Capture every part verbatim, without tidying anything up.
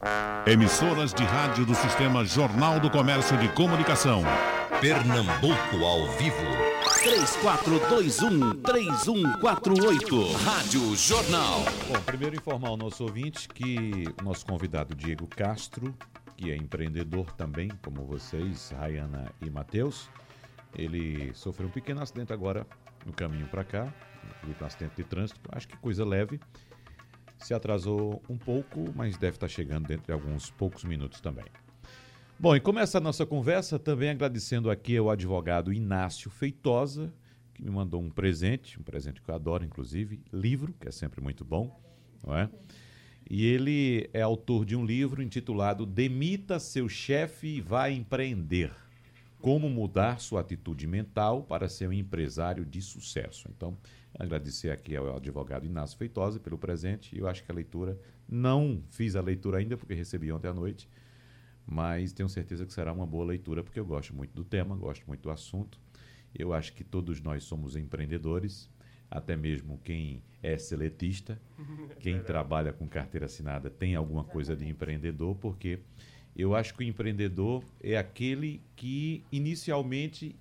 Emissoras de rádio do Sistema Jornal do Comércio de Comunicação. Pernambuco ao vivo. três quatro dois um, três um quatro oito. Rádio Jornal. Bom, primeiro informar o nosso ouvinte que o nosso convidado Diego Castro, que é empreendedor também, como vocês, Rayana e Matheus, ele sofreu um pequeno acidente agora no caminho para cá, um acidente de trânsito, acho que coisa leve. Se atrasou um pouco, mas deve estar chegando dentro de alguns poucos minutos também. Bom, e começa a nossa conversa também agradecendo aqui ao advogado Inácio Feitosa, que me mandou um presente, um presente que eu adoro, inclusive, livro, que é sempre muito bom, não é? E ele é autor de um livro intitulado Demita seu chefe e vá empreender. Como mudar sua atitude mental para ser um empresário de sucesso. Então, agradecer aqui ao advogado Inácio Feitosa pelo presente. Eu acho que a leitura, não fiz a leitura ainda porque recebi ontem à noite, mas tenho certeza que será uma boa leitura porque eu gosto muito do tema, gosto muito do assunto. Eu acho que todos nós somos empreendedores, até mesmo quem é seletista, quem trabalha com carteira assinada tem alguma coisa de empreendedor, porque eu acho que o empreendedor é aquele que inicialmente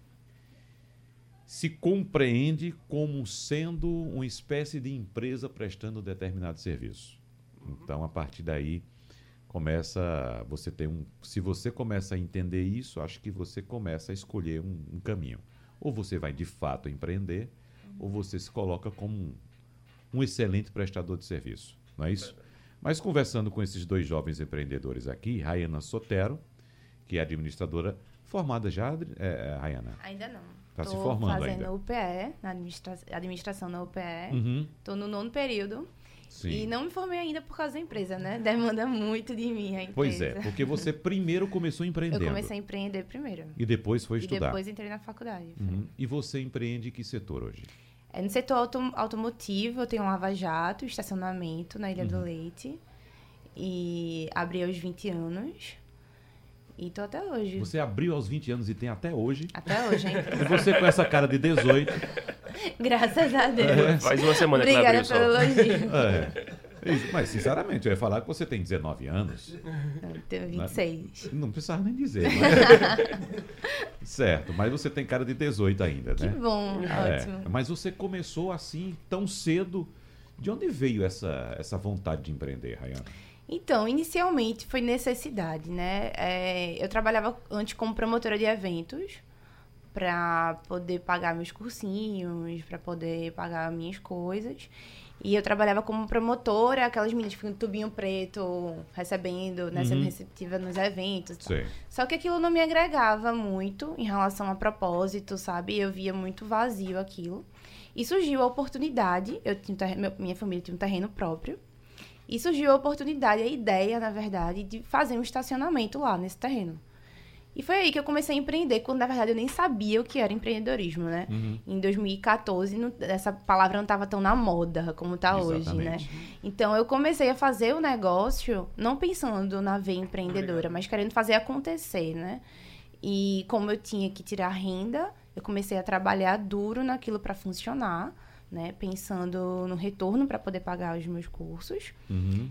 se compreende como sendo uma espécie de empresa prestando determinado serviço. Então, a partir daí, começa, você tem um, se você começa a entender isso, acho que você começa a escolher um, um caminho. Ou você vai de fato empreender, ou você se coloca como um, um excelente prestador de serviço. Não é isso? Mas conversando com esses dois jovens empreendedores aqui, Rayana Sotero, que é administradora, formada já, é, Rayana? Ainda não. Está se formando fazendo ainda. U P E, na administra administração na U P E. Uhum. Estou no nono período. Sim. E não me formei ainda por causa da empresa, né? Demanda muito de mim a empresa. Pois é, porque você primeiro começou empreendendo. Eu comecei a empreender primeiro. E depois foi E estudar. depois entrei na faculdade. Uhum. E você empreende em que setor hoje? É no setor auto automotivo, eu tenho um lava-jato, estacionamento na Ilha Uhum. do Leite. E abri aos vinte anos. E tô até hoje. Você abriu aos vinte anos e tem até hoje. Até hoje, hein? E você com essa cara de dezoito. Graças a Deus. É. Faz uma semana que ela abriu Obrigada só. pelo elogio. É. Mas, sinceramente, eu ia falar que você tem dezenove anos. Eu tenho vinte e seis. Não precisava nem dizer. Mas... certo, mas você tem cara de dezoito ainda, Que né? bom, É. ótimo. Mas você começou assim, tão cedo. De onde veio essa, essa vontade de empreender, Rayana? Então, inicialmente foi necessidade, né? É, eu trabalhava antes como promotora de eventos para poder pagar meus cursinhos, para poder pagar minhas coisas. E eu trabalhava como promotora, aquelas meninas que ficam no tubinho preto, recebendo, né, sendo Uhum. receptiva nos eventos. E tal. Sei. Só que aquilo não me agregava muito em relação a propósito, sabe? Eu via muito vazio aquilo. E surgiu a oportunidade, eu tinha um terreno, minha família tinha um terreno próprio, e surgiu a oportunidade, a ideia, na verdade, de fazer um estacionamento lá nesse terreno. E foi aí que eu comecei a empreender, quando, na verdade, eu nem sabia o que era empreendedorismo, né? Uhum. Em dois mil e quatorze, não, essa palavra não estava tão na moda como está hoje, né? Então, eu comecei a fazer o negócio, não pensando na veia empreendedora, mas querendo fazer acontecer, né? E como eu tinha que tirar renda, eu comecei a trabalhar duro naquilo para funcionar, né? Pensando no retorno para poder pagar os meus cursos. Uhum.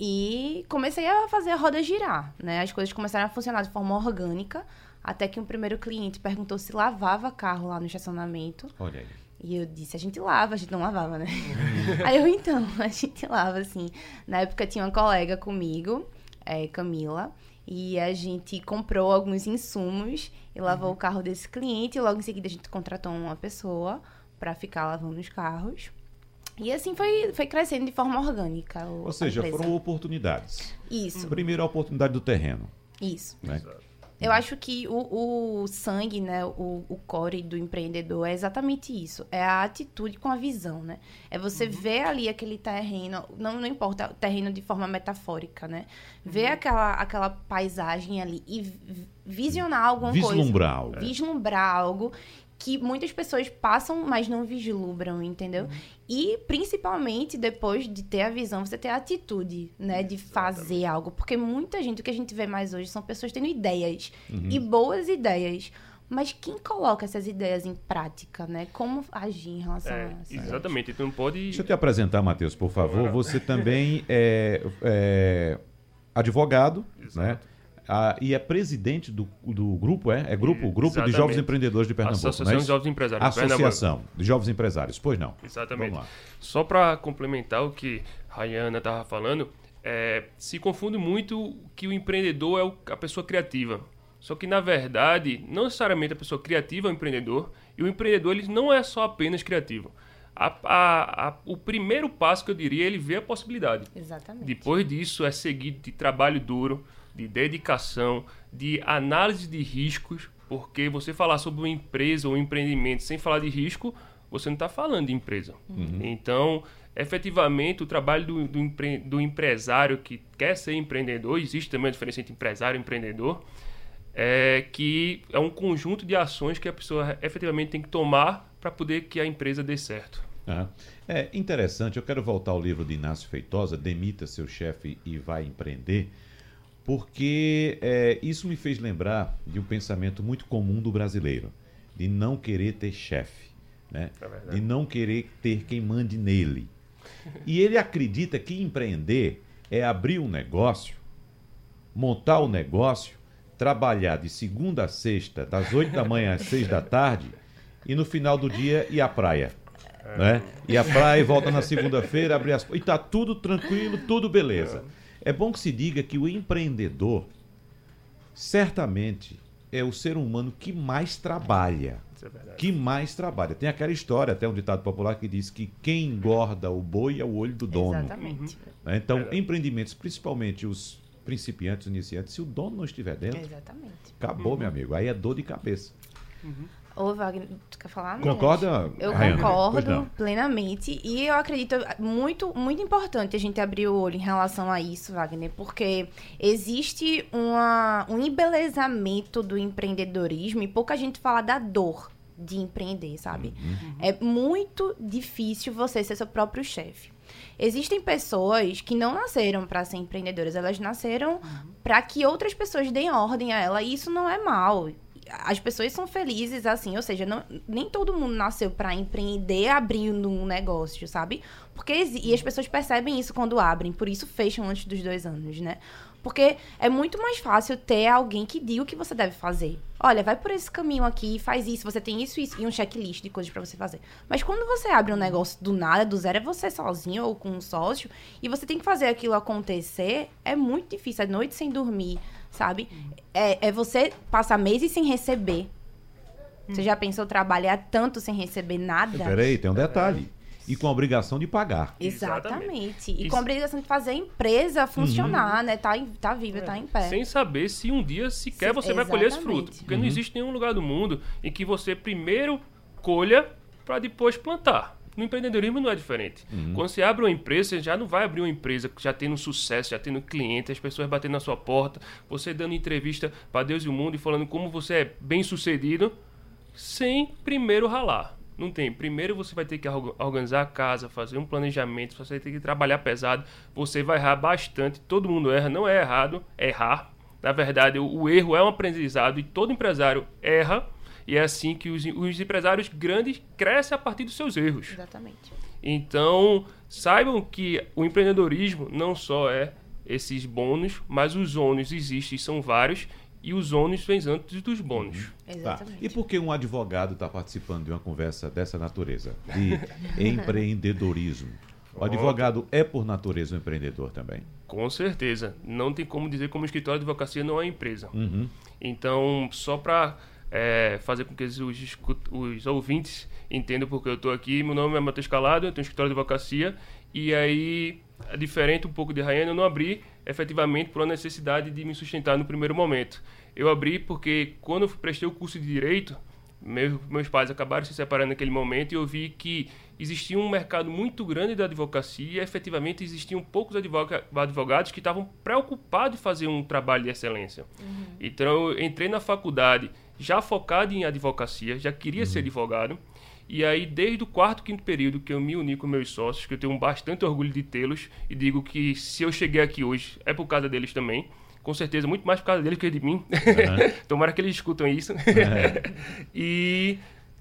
E comecei a fazer a roda girar, né? As coisas começaram a funcionar de forma orgânica, até que um primeiro cliente perguntou se lavava carro lá no estacionamento. Olha aí. E eu disse, a gente lava, a gente não lavava, né? Aí eu, então, a gente lava, assim. Na época tinha uma colega comigo, é, Camila, e a gente comprou alguns insumos e lavou uhum. o carro desse cliente, e logo em seguida a gente contratou uma pessoa para ficar lavando os carros. E assim foi, foi crescendo de forma orgânica. O, Ou seja, foram oportunidades. Isso. Primeiro a oportunidade do terreno. Isso. Né? Eu acho que o, o sangue, né, o, o core do empreendedor é exatamente isso. É a atitude com a visão, né? É você uhum. ver ali aquele terreno, não, não importa, o terreno de forma metafórica, né? Ver uhum. aquela, aquela paisagem ali e visionar alguma Vislumbrar coisa. Vislumbrar algo. Vislumbrar algo que muitas pessoas passam, mas não vislumbram, entendeu? Uhum. E, principalmente, depois de ter a visão, você ter a atitude, né? De fazer algo. Porque muita gente, o que a gente vê mais hoje, são pessoas tendo ideias. Uhum. E boas ideias. Mas quem coloca essas ideias em prática, né? Como agir em relação é, a isso? Exatamente. Tu não pode... Deixa eu te apresentar, Matheus, por favor. Você também é... é... advogado, Exato. né? Ah, e é presidente do, do grupo, é? É grupo, grupo de Jovens Empreendedores de Pernambuco, Associação não é de Jovens Empresários de Associação Pernambuco. de Jovens Empresários, pois não. Exatamente. Vamos lá. Só para complementar o que a Rayana estava falando, é, se confunde muito que o empreendedor é o, a pessoa criativa. Só que, na verdade, não necessariamente a pessoa criativa é o empreendedor, e o empreendedor ele não é só apenas criativo. A, a, a, o primeiro passo que eu diria é ele ver a possibilidade. Exatamente. Depois disso é seguido de trabalho duro, de dedicação, de análise de riscos, porque você falar sobre uma empresa ou um empreendimento sem falar de risco, você não está falando de empresa. Uhum. Então, efetivamente, o trabalho do, do, empre, do empresário que quer ser empreendedor, existe também a diferença entre empresário e empreendedor, é que é um conjunto de ações que a pessoa efetivamente tem que tomar para poder que a empresa dê certo. Uhum. É interessante, eu quero voltar ao livro de Inácio Feitosa, Demita Seu Chefe e Vai Empreender, porque é, isso me fez lembrar de um pensamento muito comum do brasileiro, de não querer ter chefe, né? É de não querer ter quem mande nele. E ele acredita que empreender é abrir um negócio, montar o negócio, trabalhar de segunda a sexta, das oito da manhã às seis da tarde, e no final do dia ir à praia. Né? E a praia e volta na segunda-feira, abrir as... e tá tudo tranquilo, tudo beleza. É bom que se diga que o empreendedor certamente é o ser humano que mais trabalha. Isso é verdade. Que mais trabalha. Tem aquela história, até um ditado popular que diz que quem engorda o boi é o olho do dono. Exatamente. Né? Então, verdade. Empreendimentos, principalmente os principiantes, iniciantes, se o dono não estiver dentro, exatamente. Acabou, uhum. meu amigo. Aí é dor de cabeça. Uhum. Ô, Wagner, tu quer falar? Concorda? Eu Rayana? concordo plenamente. E eu acredito muito, muito importante a gente abrir o olho em relação a isso, Wagner, porque existe uma, um embelezamento do empreendedorismo e pouca gente fala da dor de empreender, sabe? Uhum. É muito difícil você ser seu próprio chefe. Existem pessoas que não nasceram para ser empreendedoras, elas nasceram uhum. para que outras pessoas deem ordem a ela, e isso não é mal. As pessoas são felizes assim, ou seja, não, nem todo mundo nasceu para empreender abrindo um negócio, sabe? Porque, e as pessoas percebem isso quando abrem, por isso fecham antes dos dois anos, né? Porque é muito mais fácil ter alguém que diga o que você deve fazer. Olha, vai por esse caminho aqui, faz isso, você tem isso, isso, e um checklist de coisas pra você fazer. Mas quando você abre um negócio do nada, do zero, é você sozinho ou com um sócio, e você tem que fazer aquilo acontecer, é muito difícil, é noite sem dormir, sabe? É, é você passar meses sem receber. Você já pensou trabalhar tanto sem receber nada? Peraí, tem um detalhe. E com a obrigação de pagar. Exatamente. E Isso. com a obrigação de fazer a empresa funcionar, uhum. né? Tá, tá viva, é. tá em pé. Sem saber se um dia sequer você Exatamente. vai colher esse fruto. Porque uhum. não existe nenhum lugar do mundo em que você primeiro colha para depois plantar. No empreendedorismo não é diferente. Uhum. Quando você abre uma empresa, você já não vai abrir uma empresa já tendo sucesso, já tendo cliente, as pessoas batendo na sua porta, você dando entrevista para Deus e o mundo e falando como você é bem sucedido, sem primeiro ralar. Não tem. Primeiro você vai ter que organizar a casa, fazer um planejamento, você vai ter que trabalhar pesado, você vai errar bastante, todo mundo erra, não é errado, é errar. Na verdade, o, o erro é um aprendizado e todo empresário erra, e é assim que os, os empresários grandes crescem a partir dos seus erros. Exatamente. Então, saibam que o empreendedorismo não só é esses bônus, mas os ônus existem, são vários, e os ônus vêm antes dos bônus. Exatamente. Tá. E por que um advogado está participando de uma conversa dessa natureza? De empreendedorismo. O advogado é, por natureza, um empreendedor também? Com certeza. Não tem como dizer como o escritório de advocacia não é empresa. Uhum. Então, só para é, fazer com que os, os ouvintes entendam porque eu estou aqui, meu nome é Matheus Calado, eu tenho um escritório de advocacia, e aí, diferente um pouco de Rayana, eu não abri efetivamente por uma necessidade de me sustentar no primeiro momento. Eu abri porque quando eu prestei o curso de Direito, meus, meus pais acabaram se separando naquele momento e eu vi que existia um mercado muito grande da advocacia e efetivamente existiam poucos advoga- advogados que estavam preocupados em fazer um trabalho de excelência. Uhum. Então eu entrei na faculdade já focado em advocacia, já queria uhum. ser advogado. E aí, desde o quarto, quinto período, que eu me uni com meus sócios, que eu tenho bastante orgulho de tê-los, e digo que se eu cheguei aqui hoje, é por causa deles também. Com certeza, muito mais por causa deles que de mim. Uhum. Tomara que eles escutam isso. Uhum. E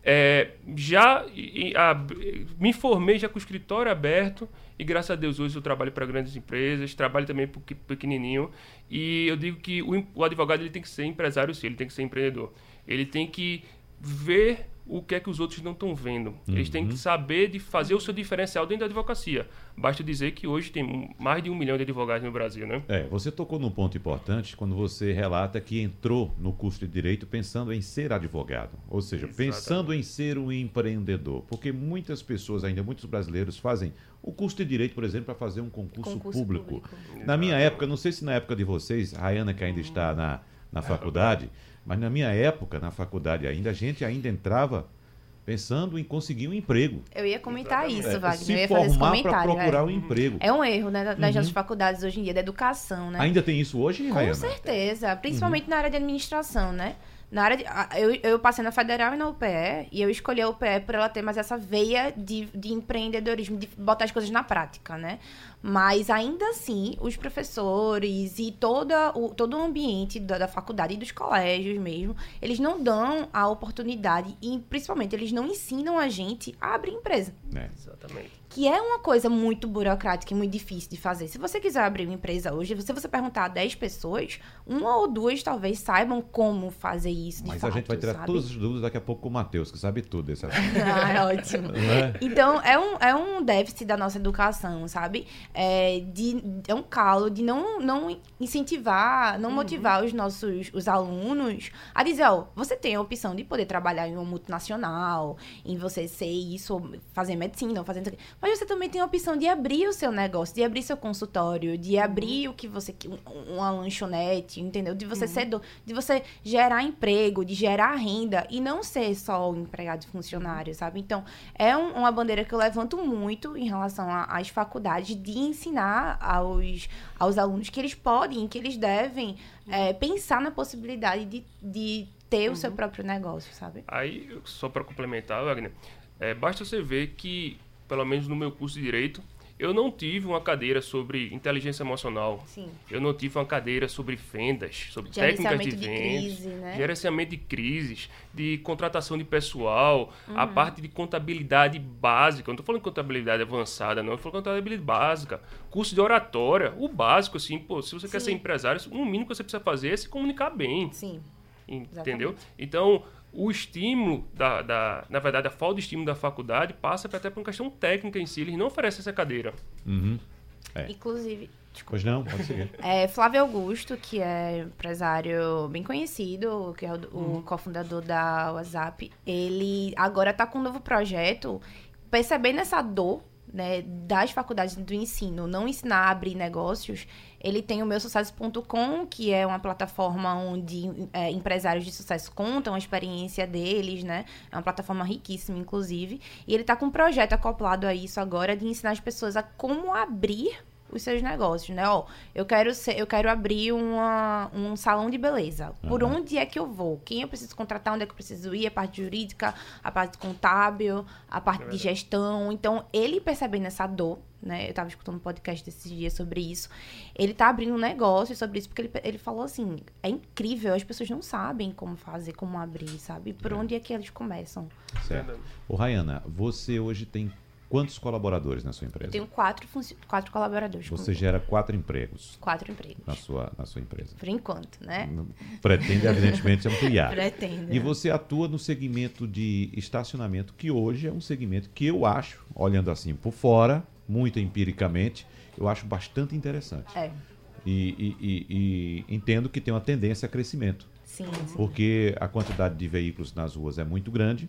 É, já e, a, me formei já com o escritório aberto e graças a Deus hoje eu trabalho para grandes empresas, trabalho também para pequenininho e eu digo que o, o advogado ele tem que ser empresário sim, ele tem que ser empreendedor. Ele tem que ver o que é que os outros não estão vendo. Eles têm que saber de fazer o seu diferencial dentro da advocacia. Basta dizer que hoje tem mais de um milhão de advogados no Brasil, né? É, você tocou num ponto importante quando você relata que entrou no curso de Direito pensando em ser advogado. Ou seja, Exatamente. pensando em ser um empreendedor. Porque muitas pessoas, ainda muitos brasileiros, fazem o curso de Direito, por exemplo, para fazer um concurso, Concurso público. público. Na minha época, não sei se na época de vocês, Rayana, que ainda está na, na faculdade, mas na minha época, na faculdade ainda, a gente ainda entrava pensando em conseguir um emprego. Eu ia comentar Exatamente. isso, É, Wagner. se eu ia fazer esse formar para comentário. procurar é. um emprego. É um erro, né, das Uhum. nossas faculdades hoje em dia, da educação, né? Ainda tem isso hoje, Com Rayana? certeza, principalmente na área de administração, né? Na área de, a- eu, eu passei na Federal e na U P E, e eu escolhi a U P E por ela ter mais essa veia de, de empreendedorismo, de botar as coisas na prática, né? Mas ainda assim, os professores e toda o, todo o ambiente da, da faculdade e dos colégios mesmo, eles não dão a oportunidade e, principalmente, eles não ensinam a gente a abrir empresa. É. Exatamente. Que é uma coisa muito burocrática e muito difícil de fazer. Se você quiser abrir uma empresa hoje, se você perguntar a dez pessoas, uma ou duas talvez saibam como fazer isso de Mas fato, a gente vai tirar sabe? todas as dúvidas daqui a pouco com o Matheus, que sabe tudo desse assunto. Ah, é ótimo. Né? Então, é um, é um déficit da nossa educação, sabe? É, de, é um calo de não, não incentivar, não motivar os nossos os alunos a dizer, ó, você tem a opção de poder trabalhar em uma multinacional, em você ser isso, ou fazer medicina, ou fazer isso aqui. Mas você também tem a opção de abrir o seu negócio, de abrir seu consultório, de abrir o que você... um- uma lanchonete, entendeu? De você ser do, de você gerar emprego, de gerar renda e não ser só o empregado funcionário, sabe? Então, é um- uma bandeira que eu levanto muito em relação a- às faculdades de ensinar aos, aos alunos que eles podem, que eles devem é, pensar na possibilidade de, de ter o seu próprio negócio, sabe? Aí, só para complementar, Wagner, é, basta você ver que, pelo menos no meu curso de Direito, eu não tive uma cadeira sobre inteligência emocional. Sim. Eu não tive uma cadeira sobre vendas, sobre técnicas de Gerenciamento de vendas, crise, né? gerenciamento de crises, de contratação de pessoal, a parte de contabilidade básica. Eu não estou falando de contabilidade avançada, não. Eu estou falando de contabilidade básica. Curso de oratória, o básico, assim, pô, se você quer Sim. ser empresário, o mínimo que você precisa fazer é se comunicar bem. Sim. Entendeu? Exatamente. Então, o estímulo, da, da, na verdade, a falta de estímulo da faculdade passa até por uma questão técnica em si. Eles não oferecem essa cadeira. Uhum. É. Inclusive, desculpa. Pois não, pode seguir. É, Flávio Augusto, que é empresário bem conhecido, que é o, o cofundador da WhatsApp, ele agora está com um novo projeto, percebendo essa dor, né, das faculdades do ensino, não ensinar a abrir negócios. Ele tem o meu sucesso ponto com, que é uma plataforma onde é, empresários de sucesso contam a experiência deles, né? É uma plataforma riquíssima, inclusive. E ele está com um projeto acoplado a isso agora de ensinar as pessoas a como abrir os seus negócios, né? Ó, eu quero ser, eu quero abrir uma, um salão de beleza. Por Uhum. onde é que eu vou? Quem eu preciso contratar? Onde é que eu preciso ir? A parte jurídica, a parte contábil, a parte de gestão. Então, ele percebendo essa dor, né? Eu tava escutando um podcast desses dias sobre isso. Ele tá abrindo um negócio sobre isso, porque ele, ele falou assim, é incrível, as pessoas não sabem como fazer, como abrir, sabe? Por onde é que eles começam? Certo. Ô, Rayana, você hoje tem quantos colaboradores na sua empresa? Eu tenho quatro, funci- quatro colaboradores. Você comigo. gera quatro empregos Quatro empregos. na sua, na sua empresa. Por enquanto, né? Pretende, evidentemente, ampliar. Pretendo. E você atua no segmento de estacionamento, que hoje é um segmento que eu acho, olhando assim por fora, muito empiricamente, eu acho bastante interessante. É, E, e- e- e entendo que tem uma tendência a crescimento, sim, sim. porque a quantidade de veículos nas ruas é muito grande.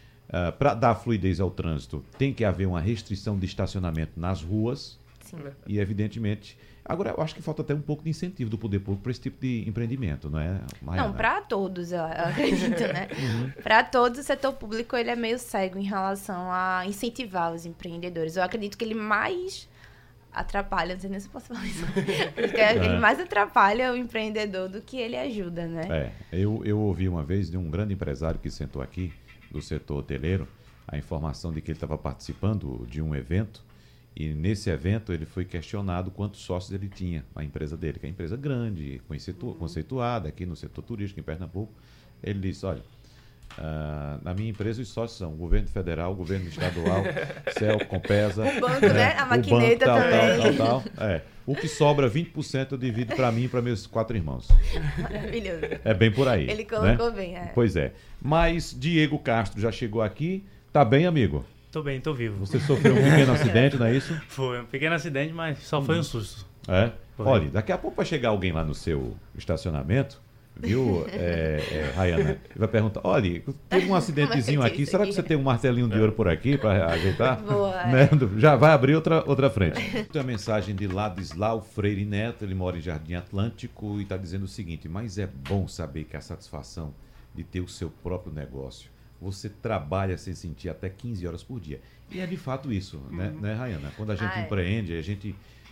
Para dar fluidez ao trânsito, tem que haver uma restrição de estacionamento nas ruas sim. e, evidentemente... Agora, eu acho que falta até um pouco de incentivo do poder público para esse tipo de empreendimento, não é, Rayana? Não, para todos, eu eu acredito, né? Para todos, o setor público ele é meio cego em relação a incentivar os empreendedores. Eu acredito que ele mais atrapalha, não sei nem se eu posso falar isso, porque ele mais atrapalha o empreendedor do que ele ajuda, né? É, eu, eu ouvi uma vez de um grande empresário que sentou aqui, do setor hoteleiro, a informação de que ele estava participando de um evento e nesse evento ele foi questionado quantos sócios ele tinha, a empresa dele, que é uma empresa grande, conceitu- conceituada aqui no setor turístico em Pernambuco. Ele disse, olha, Uh, na minha empresa, os sócios são governo federal, governo estadual, C E L, Compesa. O banco, né? né? A maquineta o banco, tal, também. Tal, tal, tal. É. O que sobra, vinte por cento eu divido para mim e para meus quatro irmãos. Maravilhoso. É bem por aí. Ele colocou né? bem, é. Pois é. Mas Diego Castro já chegou aqui. Tá bem, amigo? Tô bem, tô vivo. Você sofreu um pequeno acidente, não é isso? Foi um pequeno acidente, mas só foi um susto. É? Foi. Olha, daqui a pouco vai chegar alguém lá no seu estacionamento, viu, é, é, Rayana? Ele vai perguntar, olha, teve um acidentezinho aqui, será que você tem um martelinho de ouro por aqui para ajeitar? Boa. Né? Já vai abrir outra, outra frente. Tem a mensagem de Ladislau Freire Neto, ele mora em Jardim Atlântico e está dizendo o seguinte, mas é bom saber que a satisfação de ter o seu próprio negócio, você trabalha sem sentir até quinze horas por dia. E é de fato isso, uhum. né, né, Rayana? Quando a gente ah, empreende, a gente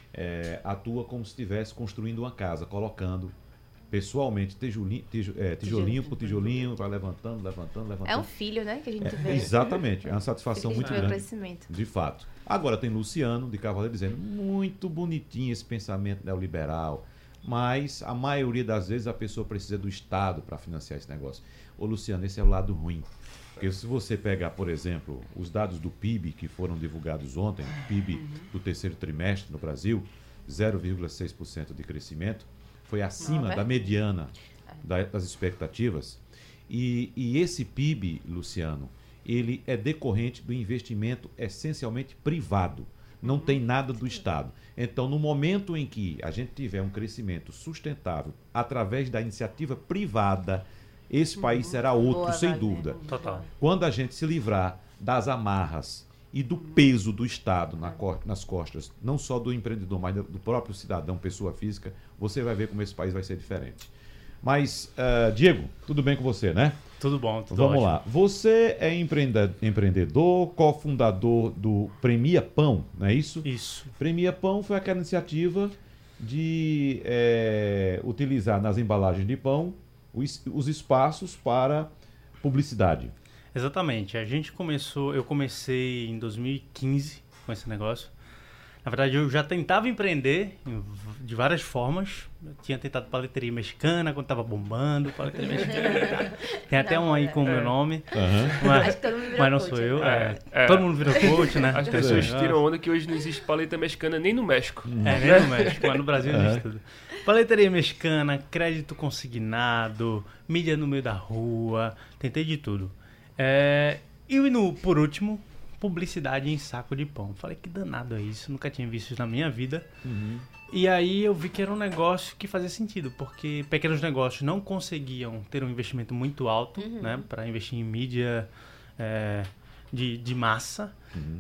é, atua como se estivesse construindo uma casa, colocando pessoalmente tijolinho, tijo, é, tijolinho por tijolinho, vai levantando, levantando, levantando. É um filho, né, que a gente é, vê. Exatamente, é uma satisfação muito grande. Crescimento. De fato. Agora tem Luciano de Cavaleiro dizendo, muito bonitinho esse pensamento neoliberal, mas a maioria das vezes a pessoa precisa do Estado para financiar esse negócio. Ô Luciano, esse é o lado ruim. Porque se você pegar, por exemplo, os dados do P I B que foram divulgados ontem, P I B do terceiro trimestre no Brasil, zero vírgula seis por cento de crescimento, foi acima da mediana das expectativas. E, e esse P I B, Luciano, ele é decorrente do investimento essencialmente privado. Não tem nada do Estado. Então, no momento em que a gente tiver um crescimento sustentável através da iniciativa privada, esse país será outro, Boa, sem Wagner. dúvida. Total. Quando a gente se livrar das amarras e do peso do Estado na co- nas costas, não só do empreendedor, mas do próprio cidadão, pessoa física, você vai ver como esse país vai ser diferente. Mas, uh, Diego, tudo bem com você, né? Tudo bom, tudo Vamos ótimo. lá. Você é empreende- empreendedor, cofundador do Premia Pão, não é isso? Isso. Premia Pão foi aquela iniciativa de é, utilizar nas embalagens de pão os, os espaços para publicidade. Exatamente. A gente começou, eu comecei em dois mil e quinze com esse negócio. Na verdade, eu já tentava empreender em, de várias formas. Eu tinha tentado paleteria mexicana quando estava bombando, paleteria mexicana. Tem até um aí com o meu nome. Uhum. Mas, Acho que todo mundo virou mas não coach, sou né? eu. É, é. é. Todo mundo virou coach, né? As pessoas tiram onda que hoje não existe paleta mexicana nem no México. É, nem no México, mas no Brasil existe tudo. Paleteria mexicana, crédito consignado, mídia no meio da rua, tentei de tudo. É, e no, por último, publicidade em saco de pão. Falei, que danado é isso, nunca tinha visto isso na minha vida. Uhum. E aí eu vi que era um negócio que fazia sentido, porque pequenos negócios não conseguiam ter um investimento muito alto, Uhum. né, para investir em mídia é, de, de massa. Uhum.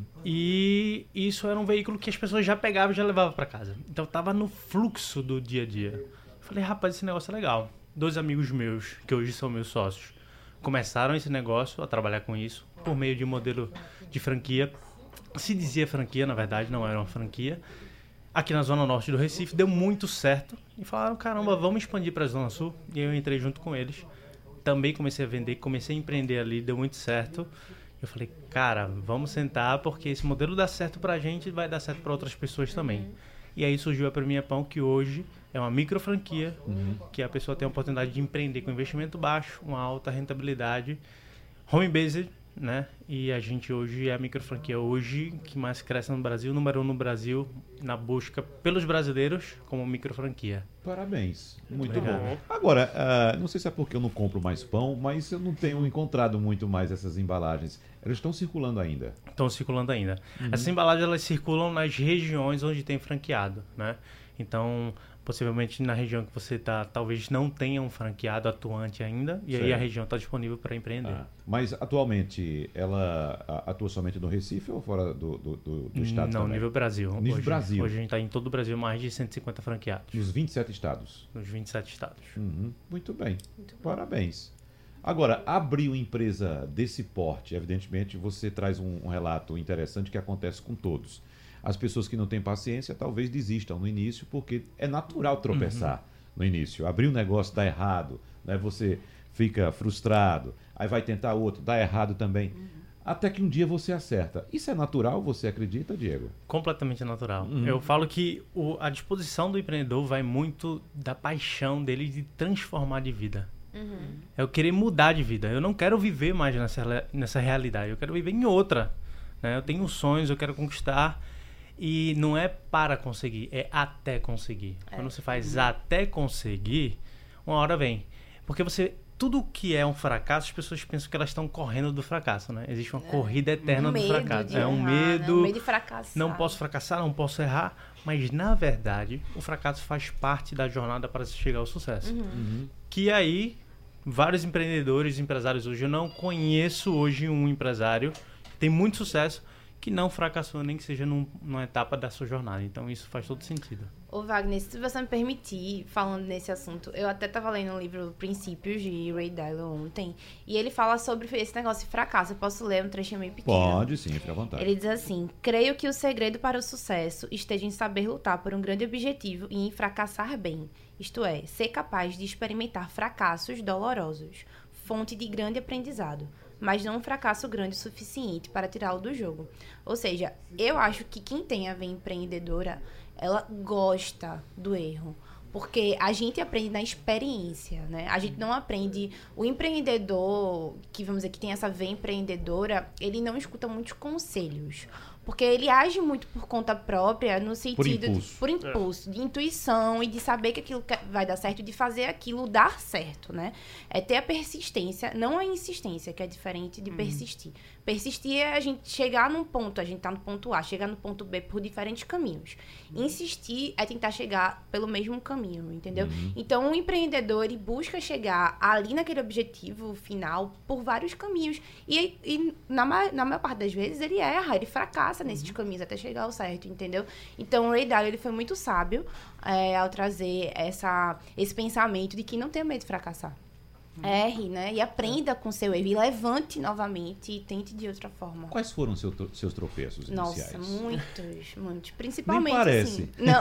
E isso era um veículo que as pessoas já pegavam e já levavam para casa. Então tava no fluxo do dia a dia. Falei, rapaz, esse negócio é legal. Dois amigos meus, que hoje são meus sócios, começaram esse negócio, a trabalhar com isso, por meio de um modelo de franquia. Se dizia franquia, na verdade, não era uma franquia. Aqui na Zona Norte do Recife, deu muito certo. E falaram, caramba, vamos expandir para a Zona Sul. E eu entrei junto com eles. Também comecei a vender, comecei a empreender ali, deu muito certo. Eu falei, cara, vamos sentar, porque esse modelo dá certo pra gente e vai dar certo para outras pessoas também. Uhum. E aí surgiu a Premia Pão, que hoje é uma micro franquia, uhum. que a pessoa tem a oportunidade de empreender com investimento baixo, uma alta rentabilidade, home-based, né? E a gente hoje é a micro franquia hoje que mais cresce no Brasil, número um no Brasil, na busca pelos brasileiros como micro franquia. Parabéns, muito Obrigado. bom. Agora, uh, não sei se é porque eu não compro mais pão, mas eu não tenho encontrado muito mais essas embalagens. Elas estão circulando ainda? Estão circulando ainda. Uhum. Essas embalagens, elas circulam nas regiões onde tem franqueado, né? Então, possivelmente na região que você está, talvez não tenha um franqueado atuante ainda, e certo. aí a região está disponível para empreender. Ah, mas atualmente ela atua somente no Recife ou fora do, do, do, do estado Não, também? nível Brasil. Nível hoje, Brasil. Hoje a gente está em todo o Brasil, mais de cento e cinquenta franqueados. Nos vinte e sete estados? Nos vinte e sete estados. Uhum. Muito bem, Muito parabéns. Agora, abrir uma empresa desse porte, evidentemente você traz um, um relato interessante que acontece com todos. As pessoas que não têm paciência talvez desistam no início, porque é natural tropeçar uhum. no início. Abrir um negócio dá errado, né? Você fica frustrado, aí vai tentar outro, dá errado também. Uhum. Até que um dia você acerta. Isso é natural, você acredita, Diego? Completamente natural. Uhum. Eu falo que o, a disposição do empreendedor vai muito da paixão dele de transformar de vida. Uhum. Uhum. É eu querer mudar de vida. Eu não quero viver mais nessa, nessa realidade. Eu quero viver em outra. Né? Eu tenho sonhos, eu quero conquistar. E não é para conseguir, é até conseguir. É. Quando você faz uhum. até conseguir, uma hora vem. Porque você... Tudo que é um fracasso, as pessoas pensam que elas estão correndo do fracasso, né? Existe uma é. corrida eterna um do fracasso. É um errar, medo. Né? Um medo de fracassar. Não posso fracassar, não posso errar. Mas, na verdade, o fracasso faz parte da jornada para se chegar ao sucesso. Uhum. Uhum. Que aí, vários empreendedores, empresários hoje, eu não conheço hoje um empresário que tem muito sucesso que não fracassou, nem que seja num, numa etapa da sua jornada. Então, isso faz todo sentido. Ô, Wagner, se você me permitir, falando nesse assunto, eu até estava lendo um livro Princípios, de Ray Dalio, ontem, e ele fala sobre esse negócio de fracasso. Eu posso ler um trechinho meio pequeno? Pode, sim, fica à vontade. Ele diz assim: creio que o segredo para o sucesso esteja em saber lutar por um grande objetivo e em fracassar bem. Isto é, ser capaz de experimentar fracassos dolorosos, fonte de grande aprendizado, mas não um fracasso grande o suficiente para tirá-lo do jogo. Ou seja, eu acho que quem tem a veia empreendedora, ela gosta do erro. Porque a gente aprende na experiência, né? A gente não aprende... O empreendedor, que vamos dizer que tem essa veia empreendedora, ele não escuta muitos conselhos. Porque ele age muito por conta própria, no sentido... Por impulso. De, por impulso, é. de intuição e de saber que aquilo vai dar certo, de fazer aquilo dar certo, né? É ter a persistência, não a insistência, que é diferente de uhum. persistir. Persistir é a gente chegar num ponto, a gente tá no ponto A, chegar no ponto B por diferentes caminhos. Uhum. Insistir é tentar chegar pelo mesmo caminho, entendeu? Uhum. Então, o empreendedor, ele busca chegar ali naquele objetivo final por vários caminhos. E, e na, na maior parte das vezes, ele erra, ele fracassa nesses uhum. caminhos até chegar ao certo, entendeu? Então, o Ray Dalio, ele foi muito sábio é, ao trazer essa, esse pensamento de que não tenha medo de fracassar. Uhum. Erre, né? E aprenda com seu erro. E levante novamente e tente de outra forma. Quais foram seu, seus tropeços Nossa, iniciais? Nossa, muitos, muitos. Principalmente, Nem parece. assim... Não...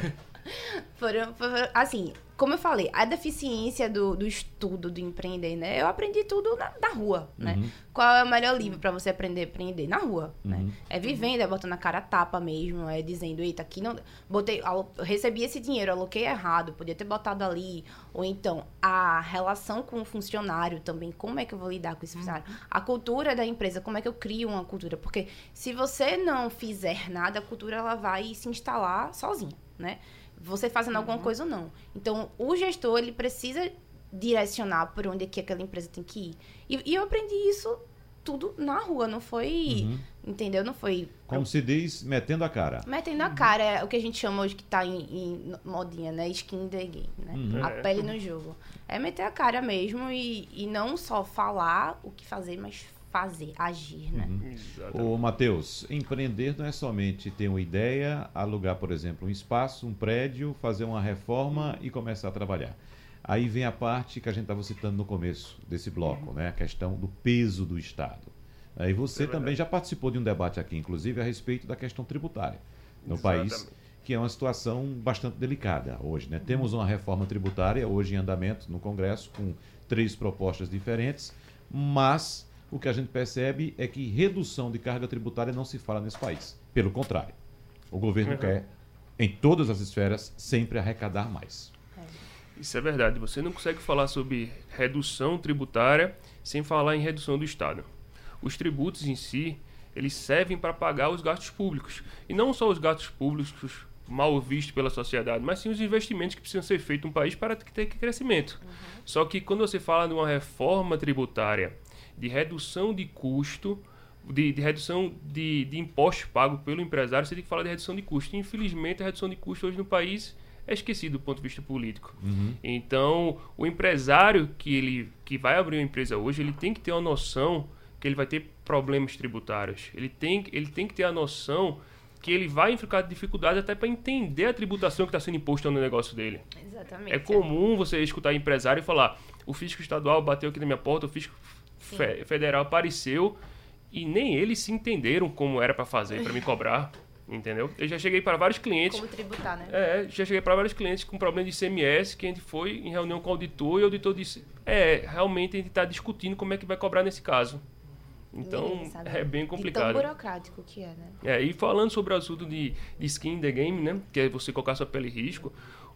Foram, foram, assim, como eu falei, a deficiência do, do estudo, do empreender, né? Eu aprendi tudo na, na rua, né? Uhum. Qual é o melhor livro para você aprender a empreender? Na rua, uhum. né? É vivendo, é botando a cara a tapa mesmo, é dizendo, eita, aqui não... Botei, eu recebi esse dinheiro, aloquei errado, podia ter botado ali. Ou então, a relação com o funcionário também, como é que eu vou lidar com esse funcionário? Uhum. A cultura da empresa, como é que eu crio uma cultura? Porque se você não fizer nada, a cultura ela vai se instalar sozinha, né? Você fazendo alguma uhum. coisa ou não. Então, o gestor, ele precisa direcionar por onde é que aquela empresa tem que ir. E, e eu aprendi isso tudo na rua, não foi... Uhum. Entendeu? Não foi... Como eu, se diz, metendo a cara. Metendo a cara, é o que a gente chama hoje que tá em, em modinha, né? Skin in the game, né? Uhum. A pele no jogo. É meter a cara mesmo e, e não só falar o que fazer, mas fazer, agir, né? Uhum. Ô, Matheus, empreender não é somente ter uma ideia, alugar, por exemplo, um espaço, um prédio, fazer uma reforma e começar a trabalhar. Aí vem a parte que a gente estava citando no começo desse bloco, uhum. né? A questão do peso do Estado. Aí você é também já participou de um debate aqui, inclusive, a respeito da questão tributária no Exatamente. país, que é uma situação bastante delicada hoje, né? Uhum. Temos uma reforma tributária hoje em andamento no Congresso, com três propostas diferentes, mas... o que a gente percebe é que redução de carga tributária não se fala nesse país. Pelo contrário, o governo uhum. quer, em todas as esferas, sempre arrecadar mais. Isso é verdade. Você não consegue falar sobre redução tributária sem falar em redução do Estado. Os tributos em si, eles servem para pagar os gastos públicos. E não só os gastos públicos mal vistos pela sociedade, mas sim os investimentos que precisam ser feitos no país para ter crescimento. Uhum. Só que quando você fala de uma reforma tributária, de redução de custo, de, de redução de, de impostos pagos pelo empresário, você tem que falar de redução de custo. Infelizmente, a redução de custo hoje no país é esquecida do ponto de vista político. Uhum. Então, o empresário que, ele, que vai abrir uma empresa hoje, ele tem que ter uma noção que ele vai ter problemas tributários. Ele tem, ele tem que ter a noção que ele vai enfrentar dificuldades até para entender a tributação que está sendo imposta no negócio dele. Exatamente. É comum você escutar empresário e falar: o fisco estadual bateu aqui na minha porta, o fisco fe- federal apareceu, e nem eles se entenderam como era para fazer, para me cobrar. Entendeu? Eu já cheguei para vários clientes... Como tributar, né? É, já cheguei para vários clientes com problema de I C M S, que a gente foi em reunião com o auditor, e o auditor disse: é, realmente a gente está discutindo como é que vai cobrar nesse caso. Então, é bem complicado. E tão burocrático que é, né? É, e falando sobre o assunto de, de skin in the game, né? Que é você colocar sua pele em risco,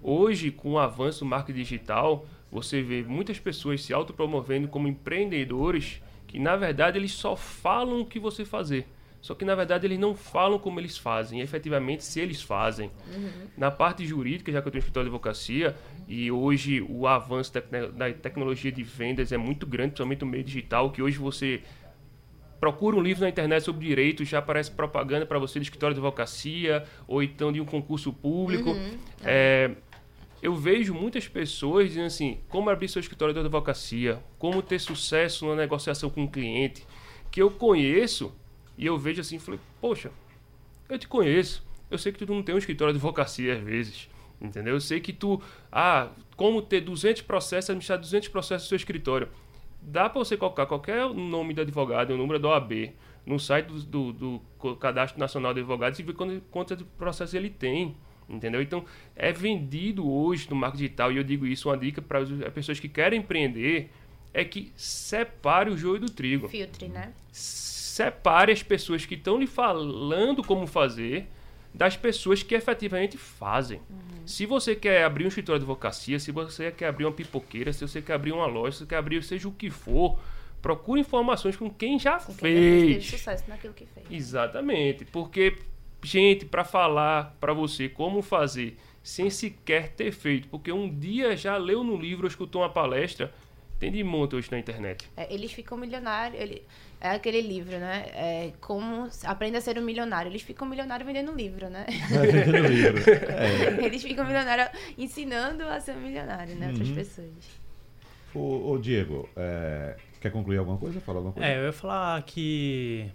Hoje, com o avanço do marketing digital, você vê muitas pessoas se autopromovendo como empreendedores que, na verdade, eles só falam o que você fazer. Só que, na verdade, eles não falam como eles fazem, efetivamente, se eles fazem. Uhum. Na parte jurídica, já que eu tenho um escritório de advocacia, e hoje o avanço da, da tecnologia de vendas é muito grande, principalmente no meio digital, que hoje você procura um livro na internet sobre direito, já aparece propaganda para você de escritório de advocacia, ou então de um concurso público. Uhum. É, eu vejo muitas pessoas dizendo assim, como abrir seu escritório de advocacia, como ter sucesso na negociação com o cliente, que eu conheço, e eu vejo assim, falei, poxa, eu te conheço, eu sei que tu não tem um escritório de advocacia às vezes, entendeu? Eu sei que tu, ah, como ter duzentos processos, administrar duzentos processos no seu escritório. Dá para você colocar qualquer nome do advogado, o número da O A B, no site do, do, do Cadastro Nacional de Advogados e ver quantos processos ele tem, entendeu? Então, é vendido hoje no marketing digital, e eu digo isso, uma dica para as pessoas que querem empreender, é que separe o joio do trigo. Filtre, né? Separe as pessoas que estão lhe falando como fazer das pessoas que efetivamente fazem. Uhum. Se você quer abrir um escritório de advocacia, se você quer abrir uma pipoqueira, se você quer abrir uma loja, se você quer abrir seja o que for, procure informações com quem já com quem fez. Teve sucesso naquilo que fez. Exatamente. Porque, gente, para falar para você como fazer sem sequer ter feito, porque um dia já leu no livro ou escutou uma palestra, tem de monte hoje na internet. É, eles ficam milionários. Ele, é aquele livro, né? É, como aprenda a ser um milionário. Eles ficam milionários vendendo livro, né? Vendendo livro. É. Eles ficam milionários ensinando a ser um milionário, né? Uhum. Outras pessoas. Ô, ô Diego, é, quer concluir alguma coisa? Falar alguma coisa? É, eu ia falar que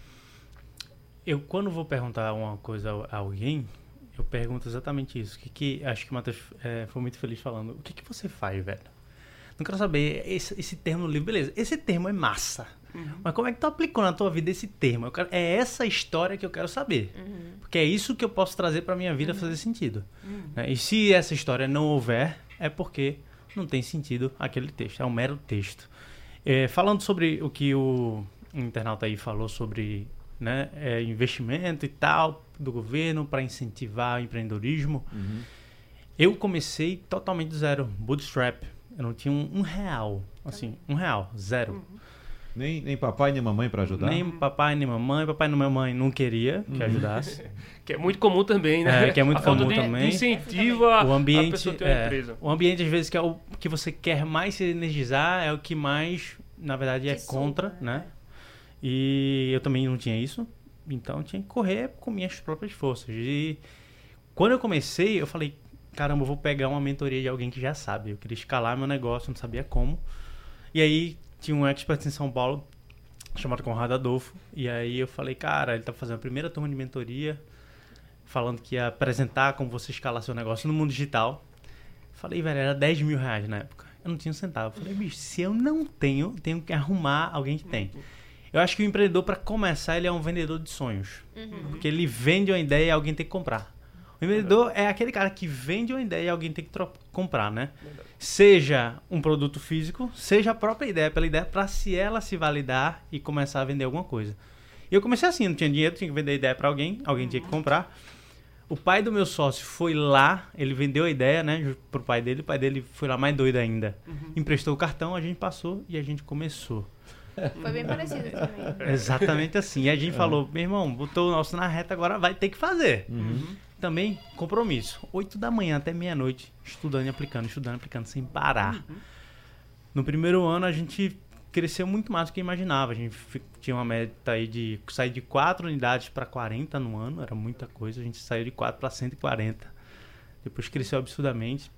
eu, quando vou perguntar uma coisa a alguém, eu pergunto exatamente isso. Que, que acho que o Matheus é, foi muito feliz falando. O que, que você faz, velho? Não quero saber esse, esse termo no livro. Beleza, esse termo é massa. Uhum. Mas como é que tu aplicou na tua vida esse termo? Eu quero, é essa história que eu quero saber. Uhum. Porque é isso que eu posso trazer pra minha vida, uhum. fazer sentido. Uhum. Né? E se essa história não houver, é porque não tem sentido aquele texto. É um mero texto. É, falando sobre o que o internauta aí falou sobre, né, é, investimento e tal do governo para incentivar o empreendedorismo, uhum. eu comecei totalmente do zero. Bootstrap. Eu não tinha um, um real, assim, um real, zero. Uhum. Nem, nem papai nem mamãe para ajudar? Nem papai nem mamãe. Papai nem mamãe não queria que uhum. ajudasse. Que é muito comum também, né? É, que é muito a comum de, também. De incentiva o ambiente, a pessoa ter uma é, empresa. O ambiente, às vezes, que é o que você quer mais se energizar, é o que mais, na verdade, é que contra, solta, né? E eu também não tinha isso. Então, eu tinha que correr com minhas próprias forças. E quando eu comecei, eu falei... Caramba, eu vou pegar uma mentoria de alguém que já sabe. Eu queria escalar meu negócio, não sabia como. E aí, tinha um expert em São Paulo, chamado Conrado Adolfo. E aí, eu falei, cara, ele tá fazendo a primeira turma de mentoria, falando que ia apresentar como você escalar seu negócio no mundo digital. Falei, velho, era dez mil reais na época. Eu não tinha um centavo. Falei, bicho, se eu não tenho, tenho que arrumar alguém que tem. Eu acho que o empreendedor, para começar, ele é um vendedor de sonhos. Uhum. Porque ele vende uma ideia e alguém tem que comprar. O vendedor é aquele cara que vende uma ideia e alguém tem que comprar, né? Verdade. Seja um produto físico, seja a própria ideia, pela ideia, para se ela se validar e começar a vender alguma coisa. E eu comecei assim, não tinha dinheiro, tinha que vender a ideia para alguém, alguém tinha que comprar. O pai do meu sócio foi lá, ele vendeu a ideia, né, pro pai dele, o pai dele foi lá mais doido ainda. Uhum. Emprestou o cartão, a gente passou e a gente começou. Foi bem parecido também. Exatamente assim. E a gente falou, meu irmão, botou o nosso na reta, agora vai ter que fazer. Uhum. Também, compromisso. oito da manhã até meia-noite, estudando e aplicando, estudando e aplicando, sem parar. Uhum. No primeiro ano, a gente cresceu muito mais do que imaginava. A gente tinha uma meta aí de sair de quatro unidades para quarenta no ano, era muita coisa. A gente saiu de quatro para cento e quarenta. Depois cresceu absurdamente.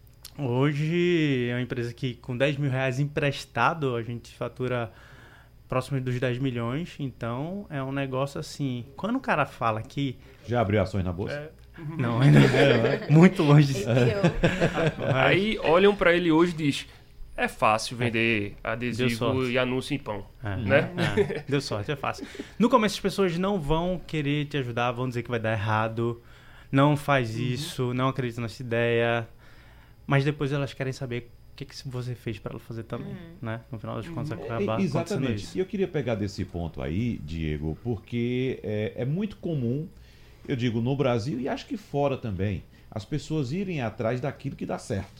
Hoje, é uma empresa que, com dez mil reais emprestado, a gente fatura próximo dos dez milhões. Então, é um negócio assim... Quando o cara fala que... Já abriu ações na bolsa? É. Não, ainda é, muito longe disso. Aí olham para ele hoje e diz, é fácil vender adesivo e anúncio em pão, é, né? É, deu sorte, é fácil. No começo as pessoas não vão querer te ajudar, vão dizer que vai dar errado, não faz isso, uhum. não acredita nessa ideia, mas depois elas querem saber o que, que você fez para ela fazer também, uhum. né? No final das contas, uhum. acabar Exatamente. Isso. E eu queria pegar desse ponto aí, Diego, porque é, é muito comum, eu digo no Brasil e acho que fora também, as pessoas irem atrás daquilo que dá certo.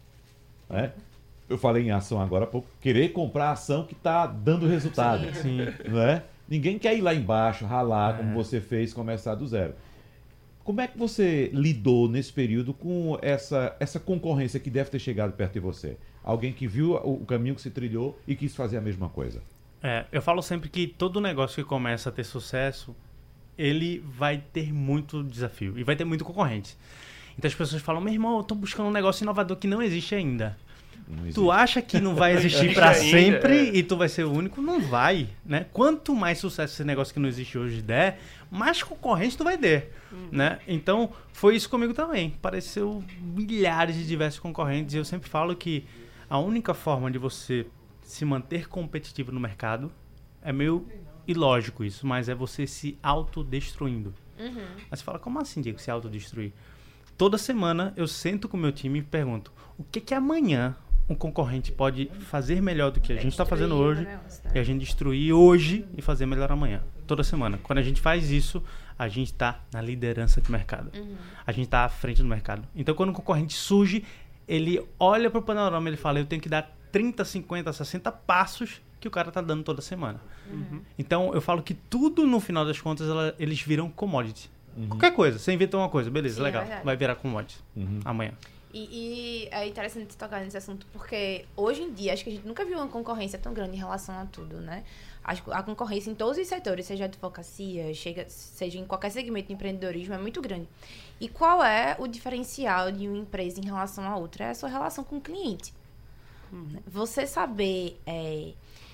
Né? Eu falei em ação agora há pouco, querer comprar a ação que está dando resultado. Sim. Não é? Ninguém quer ir lá embaixo, ralar, É. como você fez, começar do zero. Como é que você lidou nesse período com essa, essa concorrência que deve ter chegado perto de você? Alguém que viu o, o caminho que se trilhou e quis fazer a mesma coisa. É, eu falo sempre que todo negócio que começa a ter sucesso, ele vai ter muito desafio e vai ter muito concorrente. Então as pessoas falam, meu irmão, eu tô buscando um negócio inovador que não existe ainda. Não existe. Tu acha que não vai existir Existe para ainda, sempre é. e tu vai ser o único? Não vai, né? Quanto mais sucesso esse negócio que não existe hoje der, mais concorrente tu vai ter, Uhum. né? Então, foi isso comigo também. Apareceu milhares de diversos concorrentes e eu sempre falo que a única forma de você se manter competitivo no mercado é meio ilógico isso, mas é você se autodestruindo. Uhum. Aí você fala, como assim, Diego, se autodestruir? Toda semana eu sento com o meu time e pergunto, o que que amanhã um concorrente pode fazer melhor do que a gente está fazendo Destruir o hoje negócio, né? e a gente destruir hoje e fazer melhor amanhã. Toda semana. Quando a gente faz isso, a gente está na liderança do mercado. Uhum. A gente está à frente do mercado. Então, quando um concorrente surge, ele olha para o panorama e ele fala, eu tenho que dar trinta, cinquenta, sessenta passos que o cara está dando toda semana. Uhum. Então, eu falo que tudo, no final das contas, ela- eles viram commodity. Qualquer coisa. Você inventa uma coisa, beleza, Sim, é legal. verdade. Vai virar commodity Uhum. amanhã. E, e é interessante você tocar nesse assunto, porque hoje em dia, acho que a gente nunca viu uma concorrência tão grande em relação a tudo, né? Acho que a concorrência em todos os setores, seja advocacia, chega, seja em qualquer segmento de empreendedorismo, é muito grande. E qual é o diferencial de uma empresa em relação a outra? É a sua relação com o cliente. Você saber é,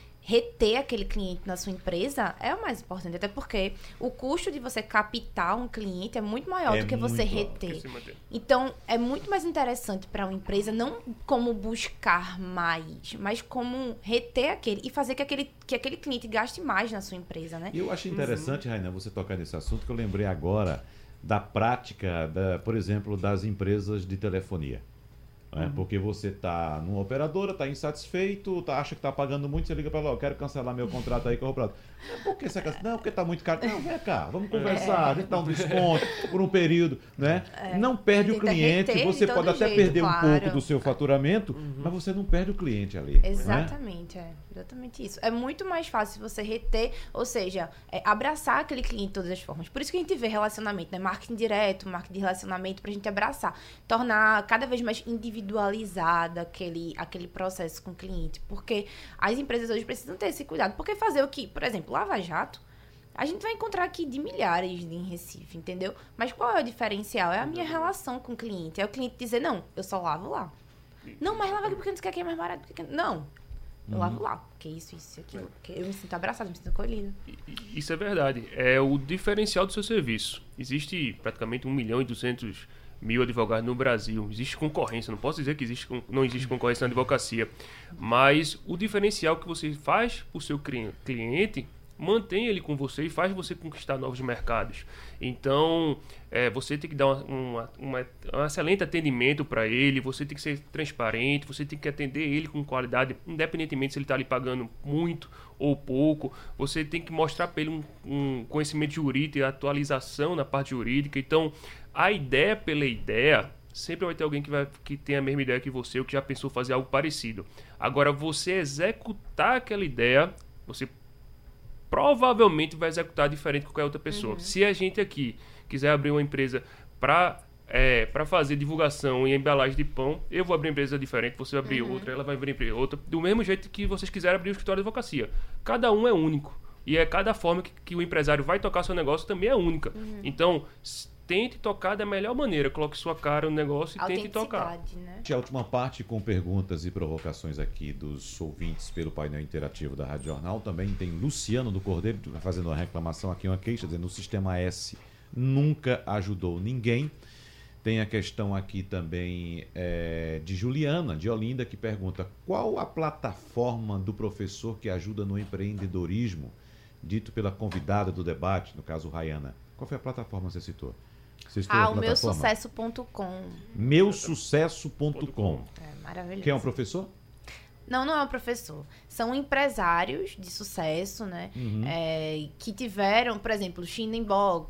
reter aquele cliente na sua empresa é o mais importante, até porque o custo de você captar um cliente é muito maior É do que você muito alto. reter. Se manter. Então, é muito mais interessante para uma empresa não como buscar mais, mas como reter aquele e fazer que aquele, que aquele cliente gaste mais na sua empresa, né? E eu acho interessante, Raina, você tocar nesse assunto, que eu lembrei agora da prática, da, por exemplo, das empresas de telefonia. Né? Porque você está numa operadora, está insatisfeito, tá, acha que está pagando muito, você liga para lá, eu quero cancelar meu contrato aí com o operador. Não, por que você quer? Não, porque está muito caro. Não, vem cá, vamos conversar, a gente dá um desconto por um período. Né? Não perde o Tenta cliente, reter de você todo pode até jeito, perder um claro. pouco do seu faturamento, mas você não perde o cliente ali. Né? Exatamente, é. Exatamente isso. É muito mais fácil você reter, ou seja, é, abraçar aquele cliente de todas as formas. Por isso que a gente vê relacionamento, né? Marketing direto, marketing de relacionamento, pra gente abraçar. Tornar cada vez mais individualizado aquele, aquele processo com o cliente. Porque as empresas hoje precisam ter esse cuidado. Porque fazer o que? Por exemplo, Lava Jato, a gente vai encontrar aqui de milhares em Recife, entendeu? Mas qual é o diferencial? É a minha relação com o cliente. É o cliente dizer, não, eu só lavo lá. Não, mas lava aqui porque não quer que é mais barato. Porque... Não, eu lavo lá. Porque isso, isso, aquilo. Porque eu me sinto abraçada, me sinto acolhida. E- e- Isso é verdade. É o diferencial do seu serviço. Existe praticamente um milhão e duzentos mil advogados no Brasil. Existe concorrência. Não posso dizer que existe, con- não existe concorrência na advocacia. Mas o diferencial que você faz para o seu cli- cliente mantém ele com você e faz você conquistar novos mercados. Então, é, você tem que dar uma, uma, uma- um excelente atendimento para ele, você tem que ser transparente, você tem que atender ele com qualidade, independentemente se ele está lhe pagando muito ou pouco. Você tem que mostrar para ele um, um conhecimento jurídico e atualização na parte jurídica. Então, a ideia pela ideia, sempre vai ter alguém que, vai, que tem a mesma ideia que você ou que já pensou fazer algo parecido. Agora, você executar aquela ideia, você provavelmente vai executar diferente de qualquer outra pessoa. Se a gente aqui quiser abrir uma empresa para é, para fazer divulgação em embalagem de pão, eu vou abrir uma empresa diferente, você vai abrir outra, ela vai abrir outra, do mesmo jeito que vocês quiserem abrir um escritório de advocacia. Cada um é único. E é cada forma que, que o empresário vai tocar seu negócio também é única. Então, s- tente tocar da melhor maneira. Coloque sua cara no negócio e tente tocar. Autenticidade, né? A última parte com perguntas e provocações aqui dos ouvintes pelo painel interativo da Rádio Jornal. Também tem Luciano do Cordeiro fazendo uma reclamação aqui, uma queixa, dizendo que o Sistema S nunca ajudou ninguém. Tem a questão aqui também é, de Juliana, de Olinda, que pergunta: qual a plataforma do professor que ajuda no empreendedorismo, dito pela convidada do debate, no caso Rayana? Qual foi a plataforma que você citou? Você citou Ah, a o meu plataforma? sucesso ponto com. meu sucesso ponto com. É maravilhoso. Quem é um professor? Não, não é um professor. São empresários de sucesso, né? Uhum. É, que tiveram, por exemplo, China Inbox,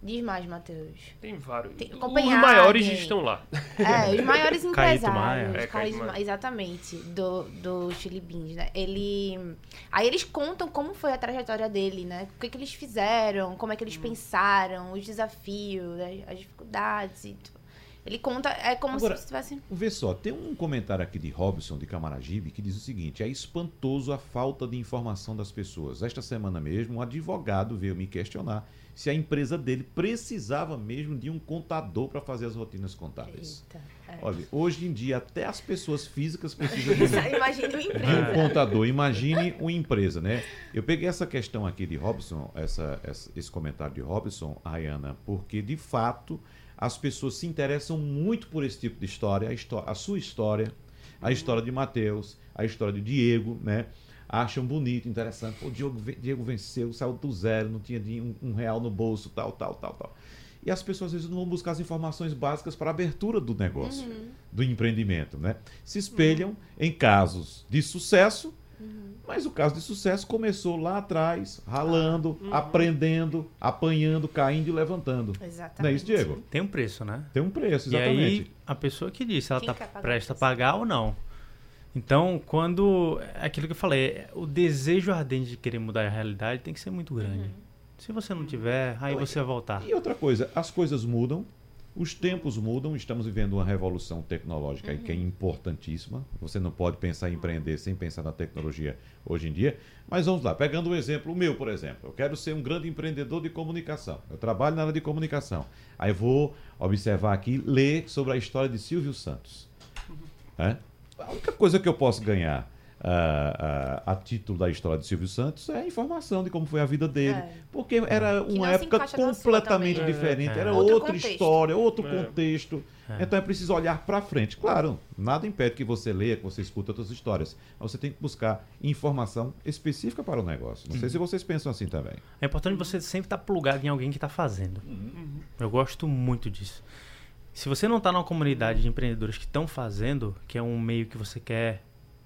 Diz mais, Matheus. Tem vários. Tem, os maiores estão lá. É, os maiores Caíto Maia. empresários. É, Caíto Caíto Maia. Exatamente, do, do Chili Beans, né? Ele... Aí eles contam como foi a trajetória dele, né? O que, que eles fizeram, como é que eles pensaram, os desafios, né? As dificuldades. E... Ele conta, é como Agora, se tivesse... Vê só, tem um comentário aqui de Robson, de Camaragibe, que diz o seguinte: é espantoso a falta de informação das pessoas. Esta semana mesmo, um advogado veio me questionar se a empresa dele precisava mesmo de um contador para fazer as rotinas contábeis. Eita, é. Olha, hoje em dia, até as pessoas físicas precisam de um, Imagine uma de empresa. um contador. Imagine uma empresa, né? Eu peguei essa questão aqui de Robson, essa, essa, esse comentário de Robson, Rayana, porque, de fato, as pessoas se interessam muito por esse tipo de história, a, história, a sua história, a história de Matheus, a história de Diego, né? Acham bonito, interessante. Pô, o Diego, Diego venceu, saiu do zero, não tinha um, um real no bolso, tal, tal, tal, tal. E as pessoas às vezes não vão buscar as informações básicas para a abertura do negócio, uhum. do empreendimento, né? Se espelham uhum. em casos de sucesso, uhum. mas o caso de sucesso começou lá atrás, ralando, uhum. aprendendo, apanhando, caindo e levantando. Exatamente. Não é isso, Diego? Tem um preço, né? Tem um preço, exatamente. E aí, a pessoa que disse, ela está presta a isso? pagar ou não. Então, quando... É aquilo que eu falei, o desejo ardente de querer mudar a realidade tem que ser muito grande. Uhum. Se você não tiver, aí você vai voltar. E outra coisa, as coisas mudam, os tempos mudam, estamos vivendo uma revolução tecnológica uhum. aí que é importantíssima. Você não pode pensar em empreender sem pensar na tecnologia hoje em dia. Mas vamos lá, pegando um exemplo, o meu, por exemplo. Eu quero ser um grande empreendedor de comunicação. Eu trabalho na área de comunicação. Aí vou observar aqui, ler sobre a história de Silvio Santos. Uhum. É? A única coisa que eu posso ganhar uh, uh, a título da história de Silvio Santos é a informação de como foi a vida dele. É. Porque era uma época completamente diferente. É. Era outro outra contexto. história, outro É. contexto. É. Então é preciso olhar para frente. Claro, nada impede que você leia, que você escute outras histórias. Mas você tem que buscar informação específica para o negócio. Não uhum. sei se vocês pensam assim também. É importante você sempre estar plugado em alguém que está fazendo. Uhum. Eu gosto muito disso. Se você não está numa comunidade de empreendedores que estão fazendo, que é um meio que você quer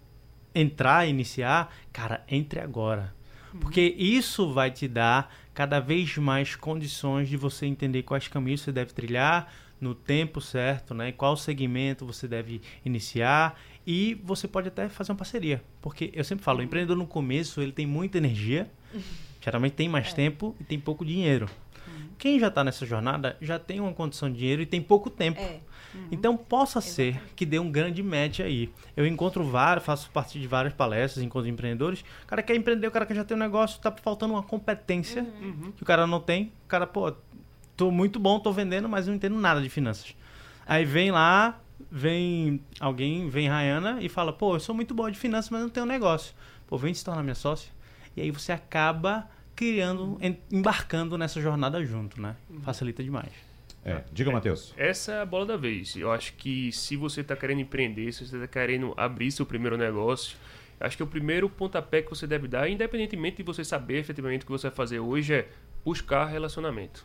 entrar, iniciar, cara, entre agora. Uhum. Porque isso vai te dar cada vez mais condições de você entender quais caminhos você deve trilhar no tempo certo, né? Qual segmento você deve iniciar, e você pode até fazer uma parceria. Porque eu sempre falo, o empreendedor no começo, ele tem muita energia, uhum. geralmente tem mais é. tempo e tem pouco dinheiro. Quem já está nessa jornada já tem uma condição de dinheiro e tem pouco tempo. É. Uhum. Então, possa Exatamente. ser que dê um grande match aí. Eu encontro vários, faço parte de várias palestras, encontro empreendedores. O cara quer empreender, o cara que já tem um negócio, está faltando uma competência uhum. que o cara não tem. O cara, pô, tô muito bom, tô vendendo, mas não entendo nada de finanças. Aí vem lá, vem alguém, vem Rayana e fala, pô, eu sou muito boa de finanças, mas não tenho um negócio. Pô, vem se tornar minha sócia. E aí você acaba... criando, embarcando nessa jornada junto, né? Facilita demais. É, diga, Matheus. Essa é a bola da vez. Eu acho que se você está querendo empreender, se você está querendo abrir seu primeiro negócio, acho que o primeiro pontapé que você deve dar, independentemente de você saber efetivamente o que você vai fazer hoje, é buscar relacionamento.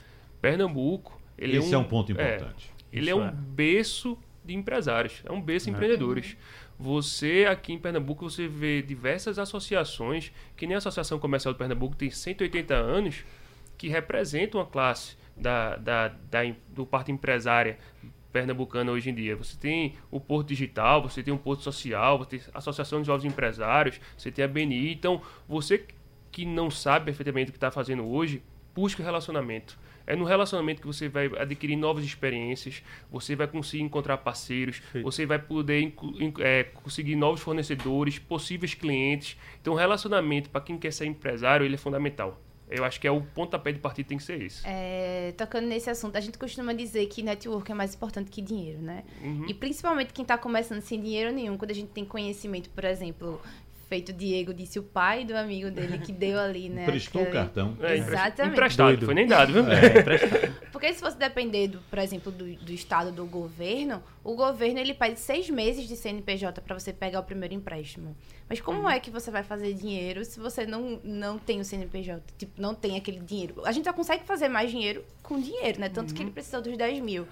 Pernambuco, ele Esse é um, é um ponto importante. É, ele Isso é um é. berço de empresários, é um berço de empreendedores. Você, aqui em Pernambuco, você vê diversas associações, que nem a Associação Comercial de Pernambuco tem cento e oitenta anos, que representam a classe da, da, da, do parte empresária pernambucana hoje em dia. Você tem o Porto Digital, você tem o Porto Social, você tem a Associação de Jovens Empresários, você tem a B N I. Então, você que não sabe efetivamente o que está fazendo hoje, busque relacionamento. É no relacionamento que você vai adquirir novas experiências, você vai conseguir encontrar parceiros, Sim. você vai poder é, conseguir novos fornecedores, possíveis clientes. Então, o relacionamento, para quem quer ser empresário, ele é fundamental. Eu acho que é o pontapé de partida, tem que ser esse. É, tocando nesse assunto, a gente costuma dizer que network é mais importante que dinheiro, né? Uhum. E principalmente quem está começando sem dinheiro nenhum, quando a gente tem conhecimento, por exemplo... Feito Diego disse o pai do amigo dele que deu ali, né? Emprestou o cartão. É, Exatamente. Emprestado, Doido. Foi nem dado, viu? É, emprestado. Porque se fosse depender, do, por exemplo, do, do estado do governo, o governo ele pede seis meses de C N P J para você pegar o primeiro empréstimo. Mas como uhum. é que você vai fazer dinheiro se você não, não tem o C N P J? Tipo, não tem aquele dinheiro. A gente só consegue fazer mais dinheiro com dinheiro, né? Tanto uhum. que ele precisa dos dez mil. Uhum.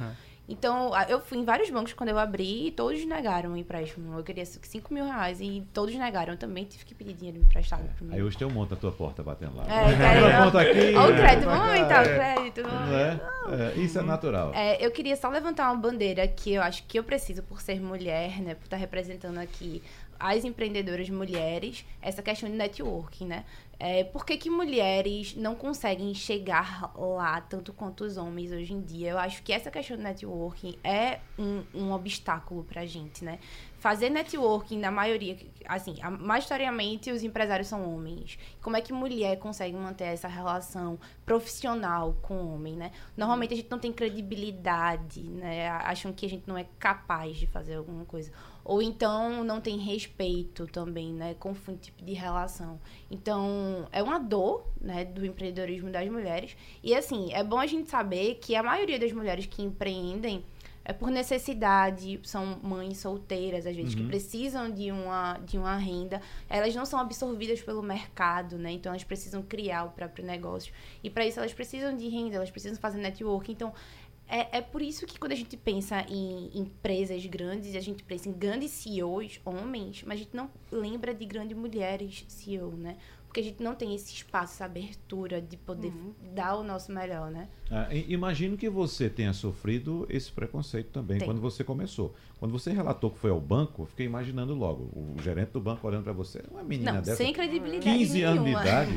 Então, eu fui em vários bancos quando eu abri e todos negaram o empréstimo. Eu queria cinco mil reais e todos negaram. Eu também tive que pedir dinheiro emprestado para mim. Aí hoje tem um monte na tua porta batendo lá. É, cara, conta aqui. Olha o crédito, vamos aumentar o crédito. É, é, isso é natural. É, eu queria só levantar uma bandeira que eu acho que eu preciso por ser mulher, né? Por estar representando aqui as empreendedoras mulheres, essa questão de networking, né? É, por que que mulheres não conseguem chegar lá tanto quanto os homens hoje em dia? Eu acho que essa questão de networking é um, um obstáculo pra gente, né? Fazer networking, na maioria, assim, majoritariamente os empresários são homens. Como é que mulher consegue manter essa relação profissional com o homem, né? Normalmente a gente não tem credibilidade, né? Acham que a gente não é capaz de fazer alguma coisa. Ou então não tem respeito também, né? Com um tipo de relação. Então, é uma dor, né? Do empreendedorismo das mulheres. E, assim, é bom a gente saber que a maioria das mulheres que empreendem é por necessidade, são mães solteiras, às vezes, uhum. que precisam de uma, de uma renda. Elas não são absorvidas pelo mercado, né? Então, elas precisam criar o próprio negócio. E, para isso, elas precisam de renda, elas precisam fazer network. Então, é, é por isso que quando a gente pensa em empresas grandes, a gente pensa em grandes C E Os, homens, mas a gente não lembra de grandes mulheres C E O, né? Porque a gente não tem esse espaço, essa abertura de poder uhum. dar o nosso melhor, né? Ah, imagino que você tenha sofrido esse preconceito também tem. Quando você começou. Quando você relatou que foi ao banco, eu fiquei imaginando logo, o gerente do banco olhando para você, uma menina não, dessa, sem credibilidade quinze nenhuma. anos de idade,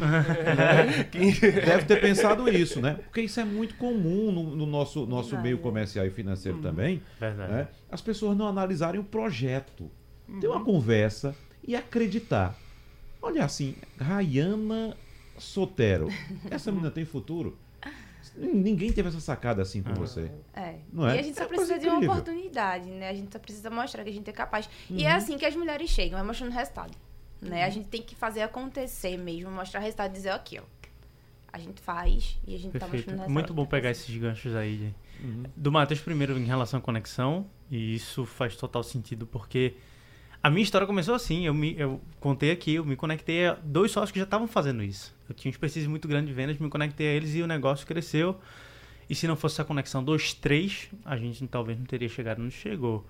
né? Deve ter pensado isso, né? Porque isso é muito comum no, no nosso, nosso meio comercial e financeiro uhum. também. Verdade. Né? As pessoas não analisarem o projeto, uhum. ter uma conversa e acreditar. Olha assim, Rayana Sotero, essa menina tem futuro? Ninguém teve essa sacada assim com ah. você. É. Não é? E a gente só é precisa de uma oportunidade, né? A gente só precisa mostrar que a gente é capaz. Uhum. E é assim que as mulheres chegam, é mostrando resultado. Né? Uhum. A gente tem que fazer acontecer mesmo, mostrar resultado e dizer, aqui, ó. A gente faz e a gente Perfeito. tá mostrando resultado. Muito bom pegar esses ganchos aí. Uhum. Do Matheus primeiro em relação à conexão, e isso faz total sentido, porque a minha história começou assim, eu, me, eu contei aqui, eu me conectei a dois sócios que já estavam fazendo isso. Eu tinha um expertise muito grande de vendas, me conectei a eles e o negócio cresceu. E se não fosse a conexão dos três, a gente talvez não teria chegado onde chegou.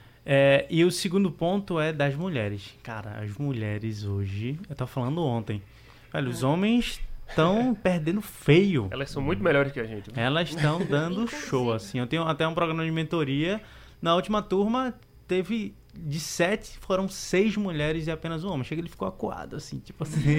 É, e o segundo ponto é das mulheres. Cara, as mulheres hoje, eu tava falando ontem, velho, os homens estão perdendo feio. Elas são muito melhores que a gente. Né? Elas estão dando show, assim. Eu tenho até um programa de mentoria, na última turma teve... De sete, foram seis mulheres e apenas um homem. Chega, ele ficou acuado, assim, tipo assim.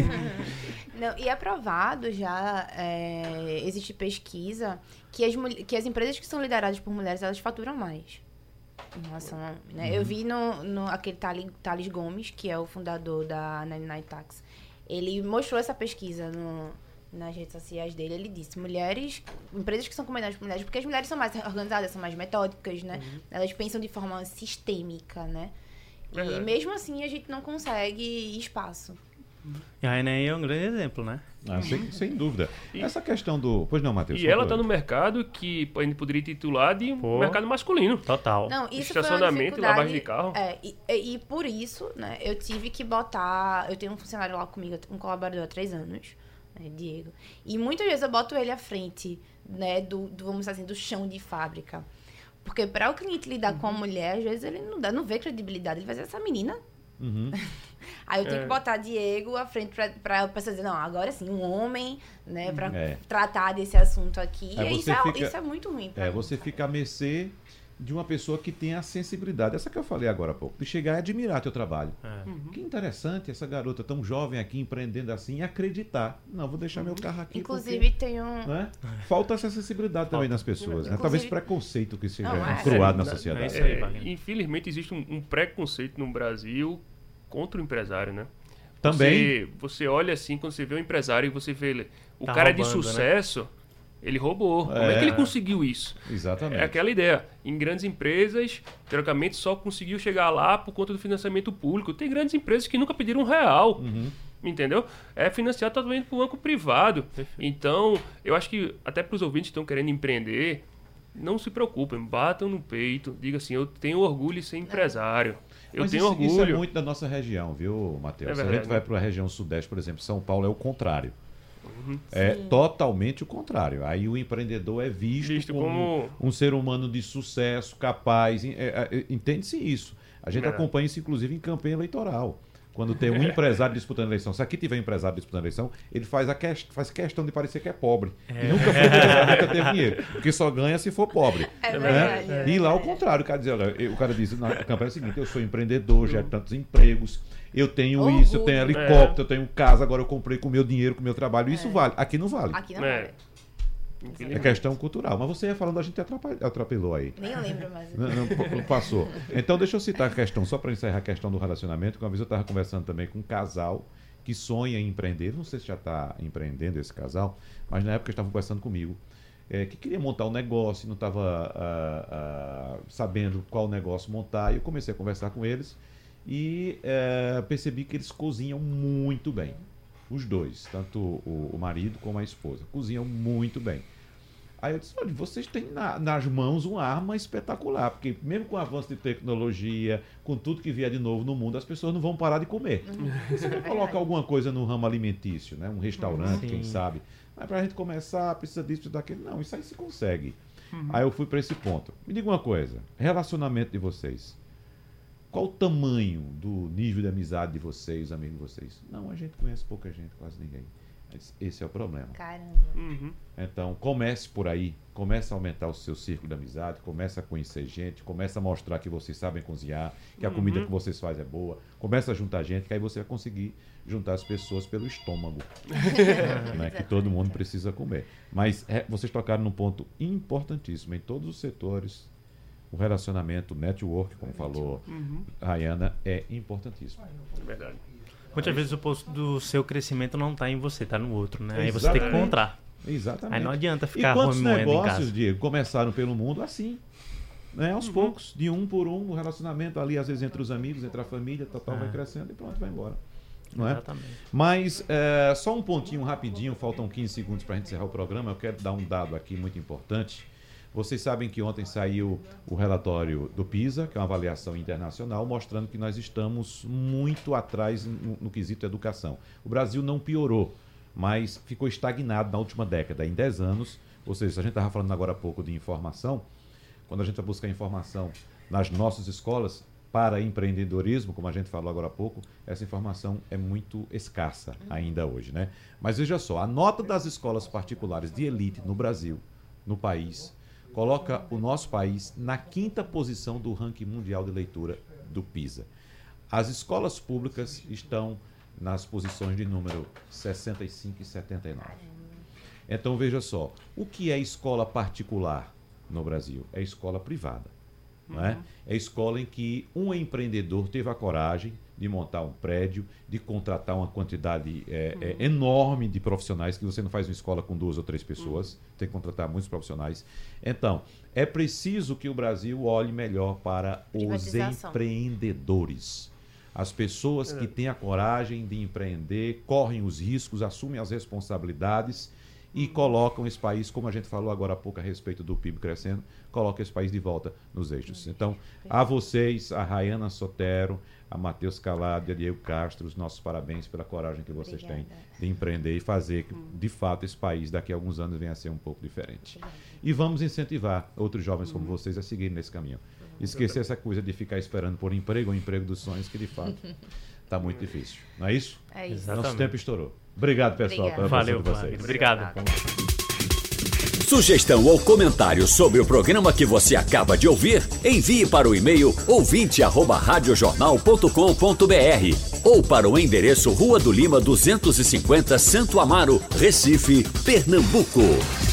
Não, e é provado já, é, existe pesquisa, que as, que as empresas que são lideradas por mulheres, elas faturam mais. Em relação a, né? Uhum. Eu vi no, no aquele Thales, Thales Gomes, que é o fundador da noventa e nove Tax. Ele mostrou essa pesquisa no... nas redes sociais dele, ele disse, mulheres, empresas que são comandadas por mulheres, porque as mulheres são mais organizadas, são mais metódicas, né? Uhum. Elas pensam de forma sistêmica, né? Verdade. E mesmo assim a gente não consegue espaço. E a Enem é um grande exemplo, né? Ah, sem, sem dúvida. E essa questão do... Pois não, Matheus. E ela está no mercado que a gente poderia titular de Pô. mercado masculino. Total. Não, isso estacionamento e lavagem de carro. É, e, e por isso, né, eu tive que botar... Eu tenho um funcionário lá comigo, um colaborador há três anos, né, Diego. E muitas vezes eu boto ele à frente, né, do, do vamos dizer assim, do chão de fábrica. Porque para o cliente lidar uhum. com a mulher, às vezes ele não, dá, não vê credibilidade. Ele vai dizer, essa menina... Uhum. Aí eu tenho é. que botar Diego à frente pra, pra pessoa dizer, não, agora sim, um homem, né, pra é. tratar desse assunto aqui. É, e isso, fica, é, isso é muito ruim. É, mim. Você fica à mercê de uma pessoa que tem a sensibilidade. Essa que eu falei agora há pouco. De chegar e admirar teu trabalho. É. Uhum. Que interessante essa garota tão jovem aqui, empreendendo assim, e acreditar. Não, vou deixar uhum. meu carro aqui. Inclusive porque, tem um... né? Falta essa sensibilidade também nas pessoas. Né? Talvez preconceito que seja não, é. cruado é, na sociedade. É, é, infelizmente existe um, um preconceito no Brasil contra o empresário, né? Também. Você, você olha assim, quando você vê o empresário e você vê o tá cara roubando, de sucesso... Né? Ele roubou. É. Como é que ele conseguiu isso? Exatamente. É aquela ideia. Em grandes empresas, teoricamente, só conseguiu chegar lá por conta do financiamento público. Tem grandes empresas que nunca pediram um real. Uhum. Entendeu? É financiado totalmente por banco privado. Perfeito. Então, eu acho que até para os ouvintes que estão querendo empreender, não se preocupem. Batam no peito. Digam assim, eu tenho orgulho de ser empresário. Eu Mas tenho isso, orgulho. Isso é muito da nossa região, viu, Matheus? É Se a gente vai para a região sudeste, por exemplo, São Paulo é o contrário. Uhum. É Sim. totalmente o contrário. Aí o empreendedor é visto, Visto como, como- um ser humano de sucesso, capaz. é, é, Entende-se isso. A gente Verdade. acompanha isso, inclusive, em campanha eleitoral. Quando tem um empresário disputando eleição. Se aqui tiver um empresário disputando eleição, ele faz, a que... faz questão de parecer que é pobre. E nunca foi empresário, nunca teve dinheiro. Porque só ganha se for pobre. É né? verdade, é E lá ao verdade. contrário, o cara diz, olha, o cara diz na campanha é o seguinte, eu sou empreendedor, gero tantos empregos, eu tenho isso, eu tenho Orgulho. helicóptero, eu tenho casa, agora eu comprei com o meu dinheiro, com o meu trabalho. Isso vale. Aqui não vale. Aqui não É. vale. É questão cultural. Mas você ia falando, a gente atrapalhou, atrapalhou aí. Nem lembro mais. Não, não, p- passou. Então, deixa eu citar a questão, só para encerrar a questão do relacionamento, que uma vez eu estava conversando também com um casal que sonha em empreender. Não sei se já está empreendendo esse casal, mas na época estavam conversando comigo, é, que queria montar um negócio, não estava ah, ah, sabendo qual negócio montar. E eu comecei a conversar com eles e é, percebi que eles cozinham muito bem. Os dois, tanto o, o marido como a esposa, cozinham muito bem. Aí eu disse, olha, vocês têm na- nas mãos uma arma espetacular, porque mesmo com o avanço de tecnologia, com tudo que vier de novo no mundo, as pessoas não vão parar de comer. E se não coloca alguma coisa no ramo alimentício, né? Um restaurante, Sim. quem sabe? Mas pra gente começar, precisa disso, precisa daquilo. Não, isso aí se consegue. Aí eu fui para esse ponto. Me diga uma coisa, relacionamento de vocês. Qual o tamanho do nível de amizade de vocês, amigos de vocês? Não, a gente conhece pouca gente, quase ninguém. Mas esse é o problema. Caramba. Uhum. Então, comece por aí, comece a aumentar o seu círculo de amizade, comece a conhecer gente, comece a mostrar que vocês sabem cozinhar, que a comida que vocês fazem é boa, comece a juntar gente, que aí você vai conseguir juntar as pessoas pelo estômago, né, que todo mundo precisa comer. Mas é, vocês tocaram num ponto importantíssimo, em todos os setores, o relacionamento, o network, como falou Rayana, é importantíssimo. É verdade. Muitas vezes o posto do seu crescimento não está em você, está no outro, né? Aí você tem que Exatamente. encontrar. Exatamente. Aí não adianta E ficar quantos remoendo em negócios, casa. Diego, começaram pelo mundo assim, né? Aos poucos, de um por um, o relacionamento ali, às vezes entre os amigos, entre a família, tal, tal, vai É. crescendo e pronto, vai embora. Não é? Exatamente. Mas é, só um pontinho rapidinho, faltam quinze segundos para a gente encerrar o programa. Eu quero dar um dado aqui muito importante. Vocês sabem que ontem saiu o relatório do PISA, que é uma avaliação internacional, mostrando que nós estamos muito atrás no, no quesito educação. O Brasil não piorou, mas ficou estagnado na última década, em dez anos. Ou seja, se a gente estava falando agora há pouco de informação, quando a gente vai buscar informação nas nossas escolas para empreendedorismo, como a gente falou agora há pouco, essa informação é muito escassa ainda hoje, né? Mas veja só, a nota das escolas particulares de elite no Brasil, no país, coloca o nosso país na quinta posição do ranking mundial de leitura do PISA. As escolas públicas estão nas posições de número sessenta e cinco e setenta e nove. Então veja só, o que é escola particular no Brasil? É escola privada. Não é? É escola em que um empreendedor teve a coragem de montar um prédio, de contratar uma quantidade é, é, enorme de profissionais, que você não faz uma escola com duas ou três pessoas, tem que contratar muitos profissionais. Então, é preciso que o Brasil olhe melhor para os Privatização. empreendedores. As pessoas que têm a coragem de empreender, correm os riscos, assumem as responsabilidades e colocam esse país, como a gente falou agora há pouco a respeito do P I B crescendo, coloca esse país de volta nos eixos. Então, a vocês, a Rayana Sotero, a Matheus Calado e a Diego Castro, os nossos parabéns pela coragem que vocês Obrigada. têm de empreender e fazer que, de fato, esse país daqui a alguns anos venha a ser um pouco diferente. E vamos incentivar outros jovens como vocês a seguirem nesse caminho. Esquecer essa coisa de ficar esperando por emprego ou emprego dos sonhos, que de fato está muito difícil. Não é isso? É isso. Exato. Nosso tempo estourou. Obrigado, pessoal, Obrigada. pela Valeu, presença de Wagner. vocês. Obrigado. Sugestão ou comentário sobre o programa que você acaba de ouvir, envie para o e-mail ouvinte arroba radiojornal ponto com ponto br ou para o endereço Rua do Lima duzentos e cinquenta, Santo Amaro, Recife, Pernambuco.